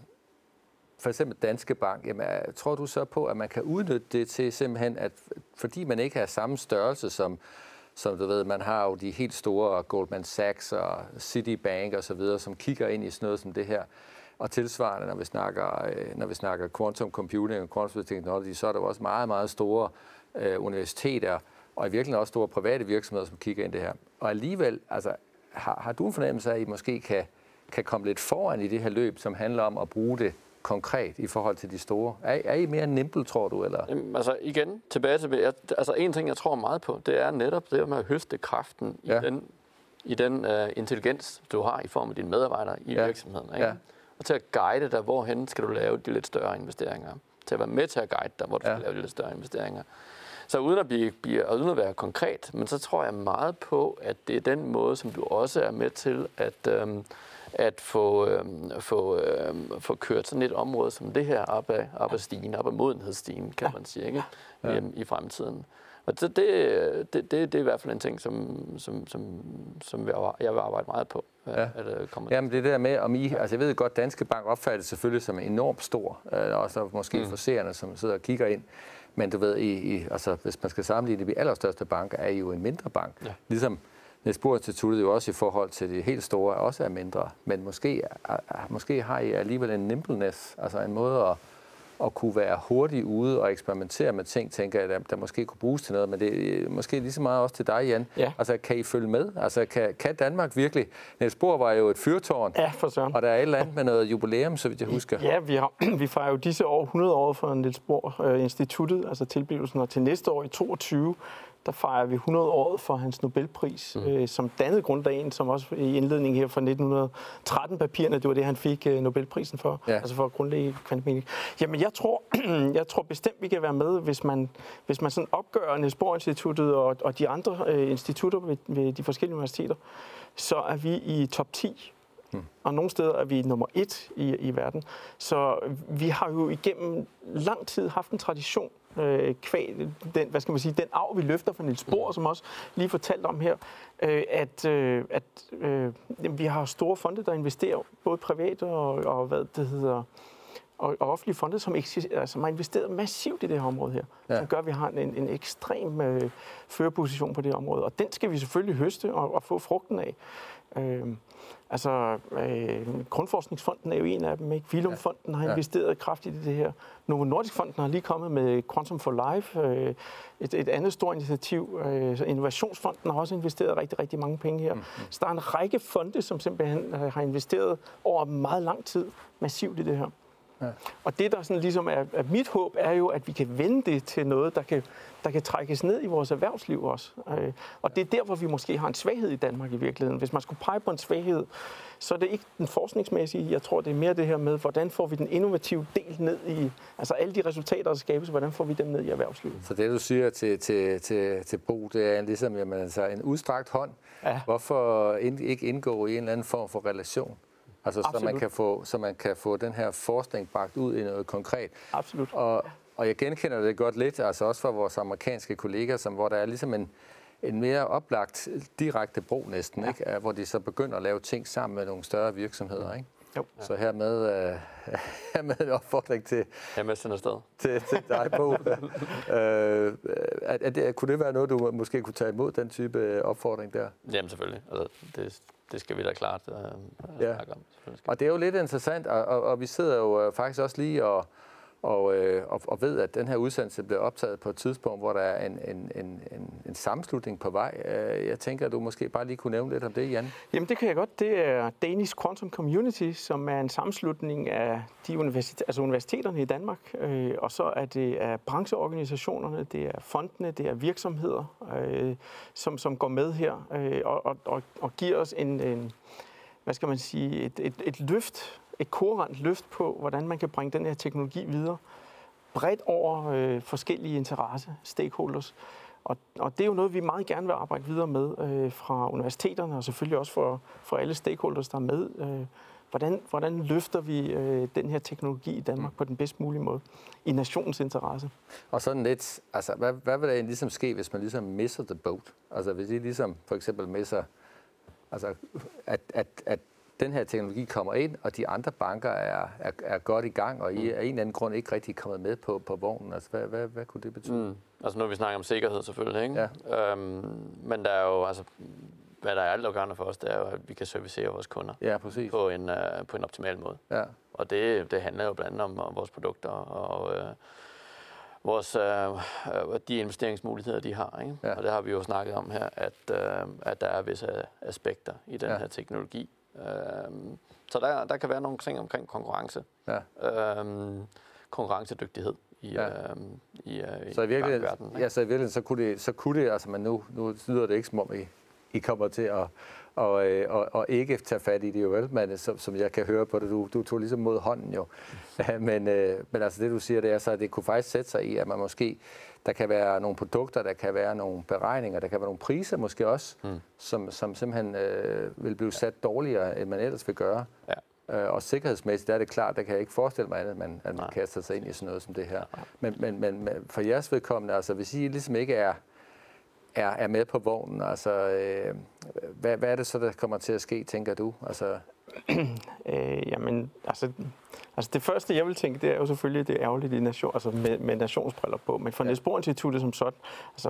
for eksempel Danske Bank, jamen, tror du så på, at man kan udnytte det til simpelthen, at fordi man ikke har samme størrelse som Som du ved, man har jo de helt store Goldman Sachs og Citibank og så videre, som kigger ind i sådan noget som det her. Og tilsvarende, når vi snakker, når vi snakker quantum computing og quantum technology, så er der også meget, meget store øh, universiteter og i virkeligheden også store private virksomheder, som kigger ind i det her. Og alligevel, altså, har, har du en fornemmelse af, at I måske kan, kan komme lidt foran i det her løb, som handler om at bruge det konkret i forhold til de store? Er, er I mere nimble, tror du? Eller? Jamen, altså igen, tilbage til jeg, altså en ting, jeg tror meget på, det er netop det med at høste kraften i ja. den, i den uh, intelligens, du har i form af dine medarbejdere i ja. virksomheden. Ikke? Ja. Og til at guide dig, hvorhen skal du lave de lidt større investeringer. Til at være med til at guide dig, hvor du ja. skal lave de lidt større investeringer. Så uden at, blive, blive, uden at være konkret, men så tror jeg meget på, at det er den måde, som du også er med til at... Øhm, at få, øhm, få, øhm, få kørt sådan et område som det her op ad, op ad stigen, op ad modenhedsstigen, kan man sige, ikke? Ja. I, i fremtiden. Og det, det, det, det er i hvert fald en ting, som, som, som, som jeg vil arbejde meget på. Ja. At komme Jamen det der med, om I, altså jeg ved godt, Danske Bank opfattes selvfølgelig som enormt stor, øh, og så måske mm. for seerne, som sidder og kigger ind. Men du ved, I, I, altså, hvis man skal sammenligne det med allerstørste bank, er I jo en mindre bank. Ja. Ligesom Niels Bohr Instituttet jo også i forhold til de helt store også er mindre, men måske, måske har I alligevel en nimbleness, altså en måde at, at kunne være hurtigt ude og eksperimentere med ting, tænker jeg, der, der måske kunne bruges til noget, men det er måske lige så meget også til dig, Jan. Ja. Altså, kan I følge med? Altså, kan, kan Danmark virkelig? Niels Bohr var jo et fyrtårn, ja, for søren. Og der er et eller andet med noget jubilæum, så vidt jeg husker. Ja, vi, har, vi fejrer jo disse år hundrede år for Niels Bohr øh, Instituttet, altså tilblivelsen, og til næste år i toogtyve, der fejrer vi hundrede året for hans Nobelpris, mm. øh, som dannede grundlagen, som også i indledningen her fra nitten tretten-papirerne, det var det, han fik øh, Nobelprisen for, ja. altså for at grundlægge kvantemekanik. Jamen, jeg tror, jeg tror bestemt, vi kan være med, hvis man, hvis man sådan opgør Niels Bohr Instituttet og, og de andre øh, institutter ved, ved de forskellige universiteter, så er vi i top ti. Hmm. Og nogle steder er vi nummer et i, i verden. Så vi har jo igennem lang tid haft en tradition, øh, kvæg, den, hvad skal man sige, den arv, vi løfter fra Niels Bohr, som også lige fortalt om her, øh, at, øh, at øh, vi har store fonde, der investerer, både private og, og hvad det hedder, og, og offentlige fonde, som, eksisterer, som har investeret massivt i det her område her. Ja. Som gør, at vi har en, en ekstrem øh, førerposition på det her område. Og den skal vi selvfølgelig høste og, og få frugten af. Øh, altså, øh, Grundforskningsfonden er jo en af dem, ikke? Vilumfonden har investeret ja. kraftigt i det her. Novo Nordisk Fonden har lige kommet med Quantum for Life, øh, et, et andet stort initiativ. Øh, Innovationsfonden har også investeret rigtig, rigtig mange penge her. Mm-hmm. Så der er en række fonde, som simpelthen har investeret over meget lang tid massivt i det her. Ja. Og det, der sådan ligesom er, er mit håb, er jo, at vi kan vende det til noget, der kan, der kan trækkes ned i vores erhvervsliv også. Øh, og det er der, hvor vi måske har en svaghed i Danmark i virkeligheden. Hvis man skulle pege på en svaghed, så er det ikke den forskningsmæssige. Jeg tror, det er mere det her med, hvordan får vi den innovative del ned i, altså alle de resultater, der skabes, hvordan får vi dem ned i erhvervslivet. Så det, du siger til, til, til, til Bo, det er ligesom jamen, altså en udstrakt hånd. Ja. Hvorfor ind, ikke indgå i en eller anden form for relation? Altså, så man, kan få, så man kan få den her forskning bragt ud i noget konkret. Absolut. Og, og jeg genkender det godt lidt, altså også fra vores amerikanske kolleger, som, hvor der er ligesom en, en mere oplagt, direkte bro næsten, ja. Ikke? Hvor de så begynder at lave ting sammen med nogle større virksomheder. Ikke? Jo. Så hermed, uh, hermed en opfordring til, Hermed sender sted. til, til dig, Bo. uh, at, at det, kunne det være noget, du måske kunne tage imod, den type opfordring der? Jamen selvfølgelig. Altså, det, det skal vi da klart uh, ja. snakke om. Og det er jo lidt interessant, og, og, og vi sidder jo faktisk også lige og, og, og, og ved, at den her udsendelse bliver optaget på et tidspunkt, hvor der er en, en, en, en, en sammenslutning på vej. Jeg tænker, at du måske bare lige kunne nævne lidt om det, Jan. Jamen det kan jeg godt. Det er Danish Quantum Community, som er en sammenslutning af de universitet, altså universiteterne i Danmark. Og så er det af brancheorganisationerne, det er fondene, det er virksomheder, som, som går med her og, og, og giver os en, en hvad skal man sige, et, et, et løft, et koherent løft på, hvordan man kan bringe den her teknologi videre, bredt over øh, forskellige interesse, stakeholders. Og, og det er jo noget, vi meget gerne vil arbejde videre med øh, fra universiteterne, og selvfølgelig også for, for alle stakeholders, der er med. Øh, hvordan, hvordan løfter vi øh, den her teknologi i Danmark på den bedst mulige måde, i nationens interesse? Og sådan lidt, altså, hvad, hvad vil der ligesom ske, hvis man ligesom misser the boat? Altså hvis I ligesom for eksempel misser, altså at, at, at den her teknologi kommer ind, og de andre banker er, er, er godt i gang, og I er af en eller anden grund ikke rigtig kommet med på, på vognen. Altså, hvad, hvad, hvad kunne det betyde? Mm. Altså nu har vi snakket om sikkerhed selvfølgelig, ikke? Ja. Øhm, men der er jo, altså, hvad der er altafgørende for os, det er jo, at vi kan servicere vores kunder ja, præcis. På, en, uh, på en optimal måde. Ja. Og det, det handler jo blandt andet om, om vores produkter og uh, vores, uh, de investeringsmuligheder, de har. Ikke? Ja. Og det har vi jo snakket om her, at, uh, at der er visse aspekter i den ja. her teknologi. Øhm, så der, der kan være nogle ting omkring konkurrence, ja. øhm, konkurrencedygtighed i, ja. øhm, i, øh, så i virkeligheden, ja, så i virkeligheden så kunne det, så kunne det, altså, men nu nu lyder det ikke som om I, I kommer til at og, og, og ikke tage fat i det jo vel, men som, som jeg kan høre på det, du, du tog ligesom mod hånden jo, men, øh, men altså det du siger, det er så, at det kunne faktisk sætte sig i, at man måske der kan være nogle produkter, der kan være nogle beregninger, der kan være nogle priser måske også, mm. som, som simpelthen øh, vil blive sat dårligere, end man ellers vil gøre. Ja. Øh, og sikkerhedsmæssigt der er det klart, der kan jeg ikke forestille mig andet, at man, at man kaster sig ind i sådan noget som det her. Men, men, men for jeres vedkommende, altså hvis I ligesom ikke er, er, er med på vognen, altså øh, hvad, hvad er det så, der kommer til at ske, tænker du? Altså øh, jamen, altså, altså det første, jeg vil tænke, det er jo selvfølgelig det ærgerligt i nation, altså med, med nationsbriller på, men for ja. Niels Bohr Instituttet som sådan, altså,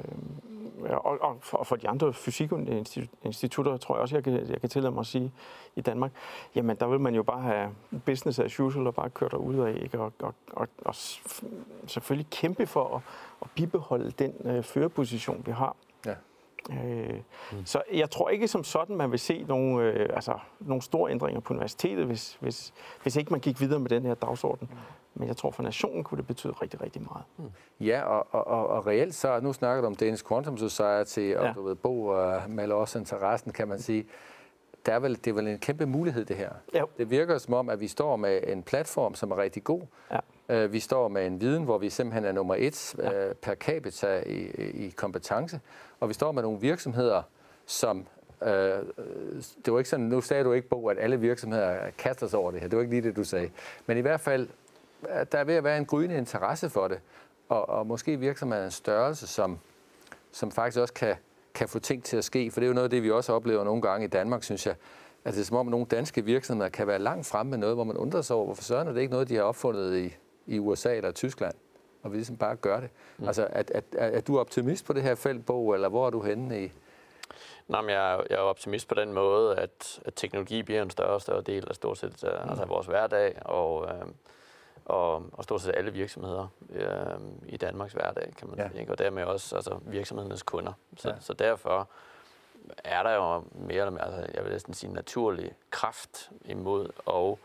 øh, og, og, for, og for de andre fysikinstitutter, tror jeg også, jeg kan, jeg kan tillade mig at sige i Danmark, jamen der vil man jo bare have business as usual og bare køre derud af, ikke? Og, og, og, og selvfølgelig kæmpe for at, at bibeholde den øh, førerposition, vi har. Ja. Øh, mm. Så jeg tror ikke som sådan, man vil se nogle, øh, altså, nogle store ændringer på universitetet, hvis, hvis, hvis ikke man gik videre med den her dagsorden. Mm. Men jeg tror for nationen kunne det betyde rigtig, rigtig meget. Mm. Ja, og, og, og reelt så, nu snakker du om Danish Quantum Society, og ja. du ved, Bo og maler også interessen, kan man sige. Der er vel, det er vel en kæmpe mulighed, det her. Ja. Det virker som om, at vi står med en platform, som er rigtig god. Ja. Vi står med en viden, hvor vi simpelthen er nummer et ja. per capita i, i kompetence. Og vi står med nogle virksomheder, som... Øh, det var ikke sådan, nu sagde du ikke, Bo, at alle virksomheder kaster sig over det her. Det var ikke lige det, du sagde. Men i hvert fald, der er ved at være en gryende interesse for det. Og, og måske virksomhedens størrelse, som, som faktisk også kan, kan få ting til at ske. For det er jo noget af det, vi også oplever nogle gange i Danmark, synes jeg. At det er som om, at nogle danske virksomheder kan være langt fremme med noget, hvor man undrer sig over, hvorfor søren er det ikke noget, de har opfundet i, i U S A eller Tyskland. Og vi ligesom bare gør det. Mm. Altså, er, er, er du optimist på det her felt, Bo, eller hvor er du henne i? Nej, men jeg er, jeg er optimist på den måde, at, at teknologi bliver en større og større del af stort set mm. altså vores hverdag, og, øh, og, og stort set alle virksomheder øh, i Danmarks hverdag, kan man ja. sige. Og dermed også altså, virksomhedernes kunder. Så, ja. så derfor er der jo mere eller mere, altså, jeg vil næsten sige, naturlig kraft imod og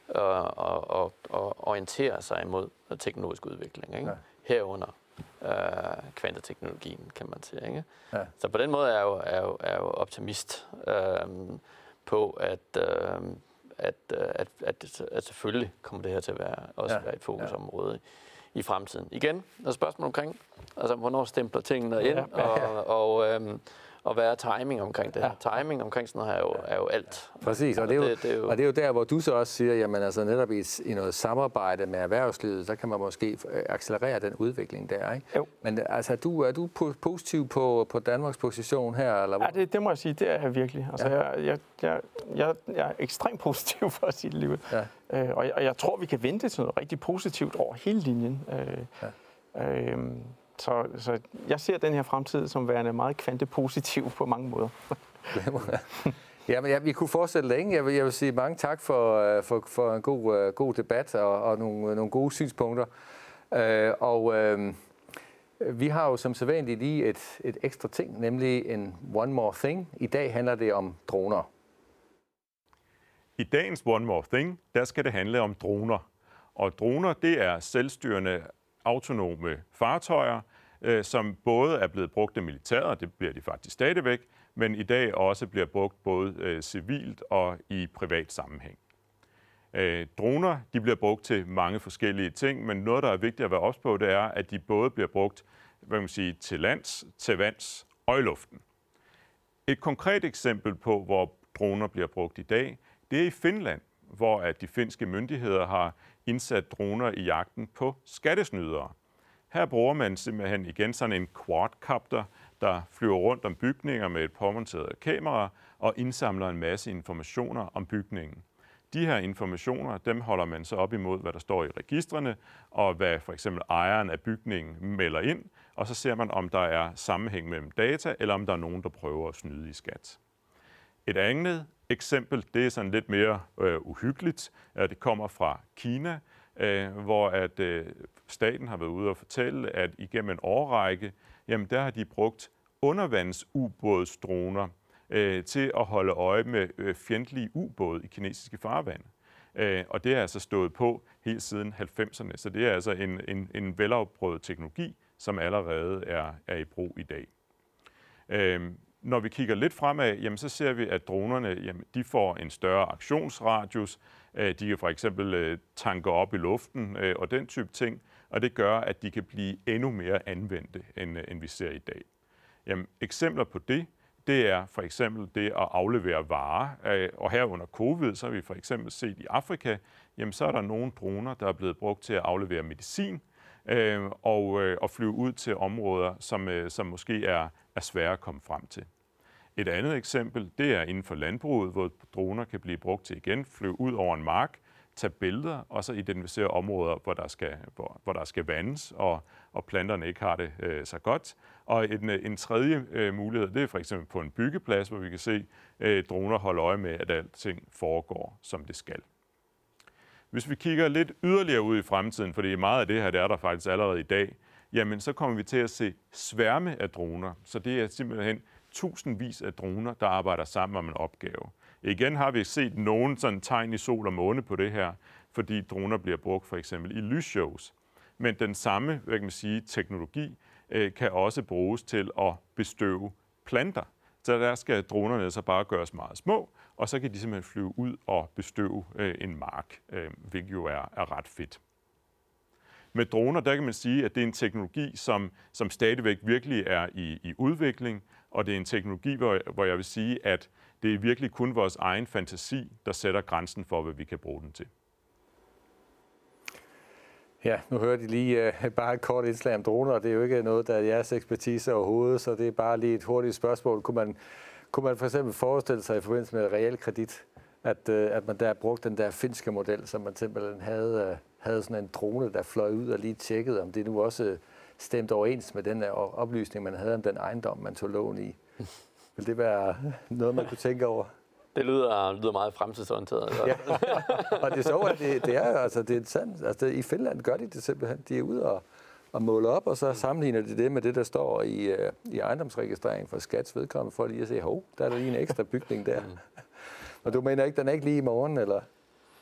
og, og, og, og orientere sig imod teknologisk udvikling, ikke? Ja. Herunder øh, kvanteteknologien, kan man sige. Ikke? Ja. Så på den måde er jeg jo, er jo, er jo optimist øh, på, at, øh, at, at, at, at selvfølgelig kommer det her til at være, også ja. være et fokusområde ja. i fremtiden. Igen, der er spørgsmål omkring, altså hvornår stempler tingene ind, ja. og, og øhm, og hvad er timing omkring det her? Ja. Timing omkring sådan noget her er jo, er jo alt. Præcis, og det er jo, det, det er jo, og det er jo der, hvor du så også siger, jamen altså netop i, i noget samarbejde med erhvervslivet, så kan man måske accelerere den udvikling der, ikke? Jo. Men altså, du, er du positiv på, på Danmarks position her? Eller ja, det, det må jeg sige, det er jeg virkelig. Altså, ja. jeg, jeg, jeg, jeg, jeg er ekstremt positiv for at sige det lige. Ja. Øh, og, jeg, og jeg tror, vi kan vente til noget rigtig positivt over hele linjen. Øh, ja. øh, Så, så jeg ser den her fremtid som værende meget kvantepositiv på mange måder. Ja, men ja, vi kunne fortsætte længe. Jeg vil, jeg vil sige mange tak for, for, for en god, god debat og, og nogle, nogle gode synspunkter. Uh, og uh, vi har jo som sædvanligt lige et, et ekstra ting, nemlig en one more thing. I dag handler det om droner. I dagens one more thing, der skal det handle om droner. Og droner, det er selvstyrende autonome fartøjer, øh, som både er blevet brugt af militæret, det bliver de faktisk stadigvæk, men i dag også bliver brugt både øh, civilt og i privat sammenhæng. Øh, droner, de bliver brugt til mange forskellige ting, men noget, der er vigtigt at være ops på, det er, at de både bliver brugt, hvad man sige, til lands, til vands og i luften. Et konkret eksempel på, hvor droner bliver brugt i dag, det er i Finland, hvor at de finske myndigheder har indsat droner i jagten på skattesnydere. Her bruger man simpelthen igen sådan en quadcopter, der flyver rundt om bygninger med et påmonteret kamera og indsamler en masse informationer om bygningen. De her informationer, dem holder man så op imod, hvad der står i registrene, og hvad for eksempel ejeren af bygningen melder ind, og så ser man, om der er sammenhæng mellem data, eller om der er nogen, der prøver at snyde i skat. Et andet eksempel, det er sådan lidt mere øh, uhyggeligt. Det kommer fra Kina, øh, hvor at, øh, staten har været ude og fortælle, at igennem en årrække, jamen der har de brugt undervandsubådsdroner øh, til at holde øje med øh, fjendtlige ubåde i kinesiske farvande. Øh, og det er altså stået på helt siden halvfemserne, så det er altså en, en, en velafprøvet teknologi, som allerede er, er i brug i dag. Øh, Når vi kigger lidt fremad, jamen, så ser vi, at dronerne jamen, de får en større aktionsradius. De kan for eksempel tanke op i luften og den type ting, og det gør, at de kan blive endnu mere anvendte, end, end vi ser i dag. Jamen, eksempler på det, det er for eksempel det at aflevere varer. Og her under covid, så har vi for eksempel set i Afrika, jamen, så er der nogle droner, der er blevet brugt til at aflevere medicin og, og flyve ud til områder, som, som måske er, er svære at komme frem til. Et andet eksempel, det er inden for landbruget, hvor droner kan blive brugt til igen, flyve ud over en mark, tage billeder og så identificere områder, hvor der skal, hvor, hvor der skal vandes, og, og planterne ikke har det øh, så godt. Og en, en tredje øh, mulighed, det er for eksempel på en byggeplads, hvor vi kan se øh, droner holde øje med, at alting foregår, som det skal. Hvis vi kigger lidt yderligere ud i fremtiden, fordi meget af det her, det er der faktisk allerede i dag, jamen så kommer vi til at se sværme af droner. Så det er simpelthen tusindvis af droner, der arbejder sammen om en opgave. Igen har vi set nogen sådan tegn i sol og måne på det her, fordi droner bliver brugt for eksempel i lysshows. Men den samme, hvad kan man sige, teknologi øh, kan også bruges til at bestøve planter. Så der skal dronerne så bare gøres meget små, og så kan de simpelthen flyve ud og bestøve øh, en mark, øh, hvilket jo er, er ret fedt. Med droner, der kan man sige, at det er en teknologi, som, som stadigvæk virkelig er i, i udvikling, og det er en teknologi, hvor, hvor jeg vil sige, at det er virkelig kun vores egen fantasi, der sætter grænsen for, hvad vi kan bruge den til. Ja, nu hørte I lige uh, bare et kort indslag om droner, og det er jo ikke noget, der er jeres ekspertise overhovedet, så det er bare lige et hurtigt spørgsmål. Kunne man, kunne man for eksempel forestille sig i forbindelse med realkredit, at, uh, at man der brugte den der finske model, som man simpelthen havde, uh, havde sådan en drone, der fløj ud og lige tjekkede, om det nu også stemte overens med den oplysning, man havde om den ejendom, man tog lån i. Vil det være noget, man kunne tænke over? Det lyder, lyder meget fremtidsorienteret. Ja. Og det er så, at det, det er altså det er sandt. Altså, det, i Finland gør de det simpelthen. De er ude og, og måler op, og så sammenligner de det med det, der står i, uh, i ejendomsregistreringen for Skats vedkommende, for lige at se, hov, der er der lige en ekstra bygning der. Og du mener ikke, den er ikke lige i morgen, eller?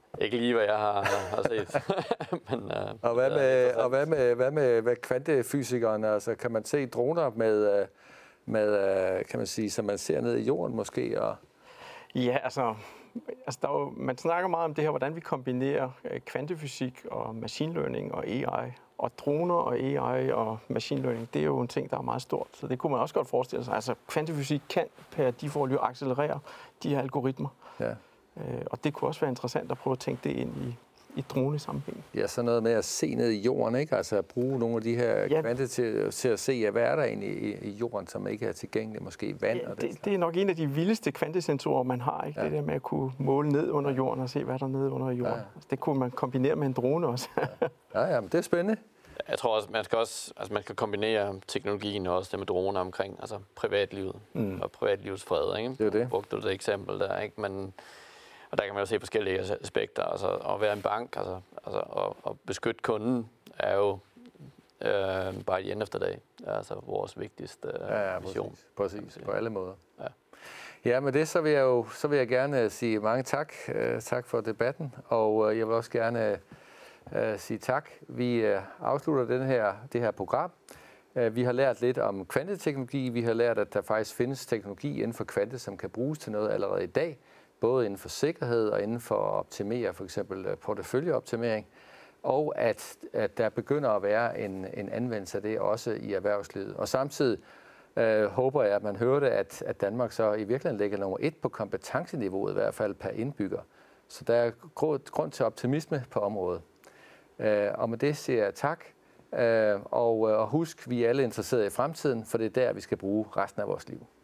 Ikke lige, hvad jeg har, har set. Men, uh, og hvad med, og hvad med, hvad med hvad kvantefysikeren? Altså, kan man se droner med, med, kan man sige, som man ser ned i jorden måske? Og... Ja, altså, altså der er jo, man snakker meget om det her, hvordan vi kombinerer kvantefysik og machine learning og A I. Og droner og A I og machine learning, det er jo en ting, der er meget stort. Så det kunne man også godt forestille sig. Altså, kvantefysik kan per default jo accelerere de her algoritmer. Ja. Øh, og det kunne også være interessant at prøve at tænke det ind i, i dronesammenhæng. Ja, så noget med at se ned i jorden, ikke? Altså at bruge nogle af de her ja. kvante til, til at se, ja, hvad er der egentlig i, i jorden, som ikke er tilgængelig, måske vand ja, og det. Det, det er nok en af de vildeste kvantesensorer, man har, ikke? Ja. Det der med at kunne måle ned under jorden og se, hvad der er nede under jorden. Ja, ja. Altså, det kunne man kombinere med en drone også. ja, ja, ja, men det er spændende. Jeg tror også, man skal også, altså man skal kombinere teknologien og også det med droner omkring, altså privatlivet mm. og privatlivets fred, ikke? Det er det. Brugte du det eksempel der, ikke? Men, og der kan man jo se forskellige aspekter, altså at være en bank, altså, altså at, at beskytte kunden er jo øh, bare the end of the day, altså vores vigtigste øh, ja, ja, mission. Præcis, præcis, på alle måder. Ja. Ja, med det så vil jeg jo så vil jeg gerne sige mange tak, uh, tak for debatten, og uh, jeg vil også gerne Uh, sige tak. Vi uh, afslutter den her, det her program. Uh, vi har lært lidt om kvanteteknologi. Vi har lært, at der faktisk findes teknologi inden for kvante, som kan bruges til noget allerede i dag, både inden for sikkerhed og inden for at optimere, for eksempel uh, porteføljeoptimering, og at, at der begynder at være en, en anvendelse af det også i erhvervslivet. Og samtidig uh, håber jeg, at man hørte, at, at Danmark så i virkeligheden ligger nummer et på kompetenceniveauet, i hvert fald per indbygger. Så der er grund til optimisme på området. Uh, og med det siger jeg tak, uh, og, uh, og husk, vi er alle interesserede i fremtiden, for det er der, vi skal bruge resten af vores liv.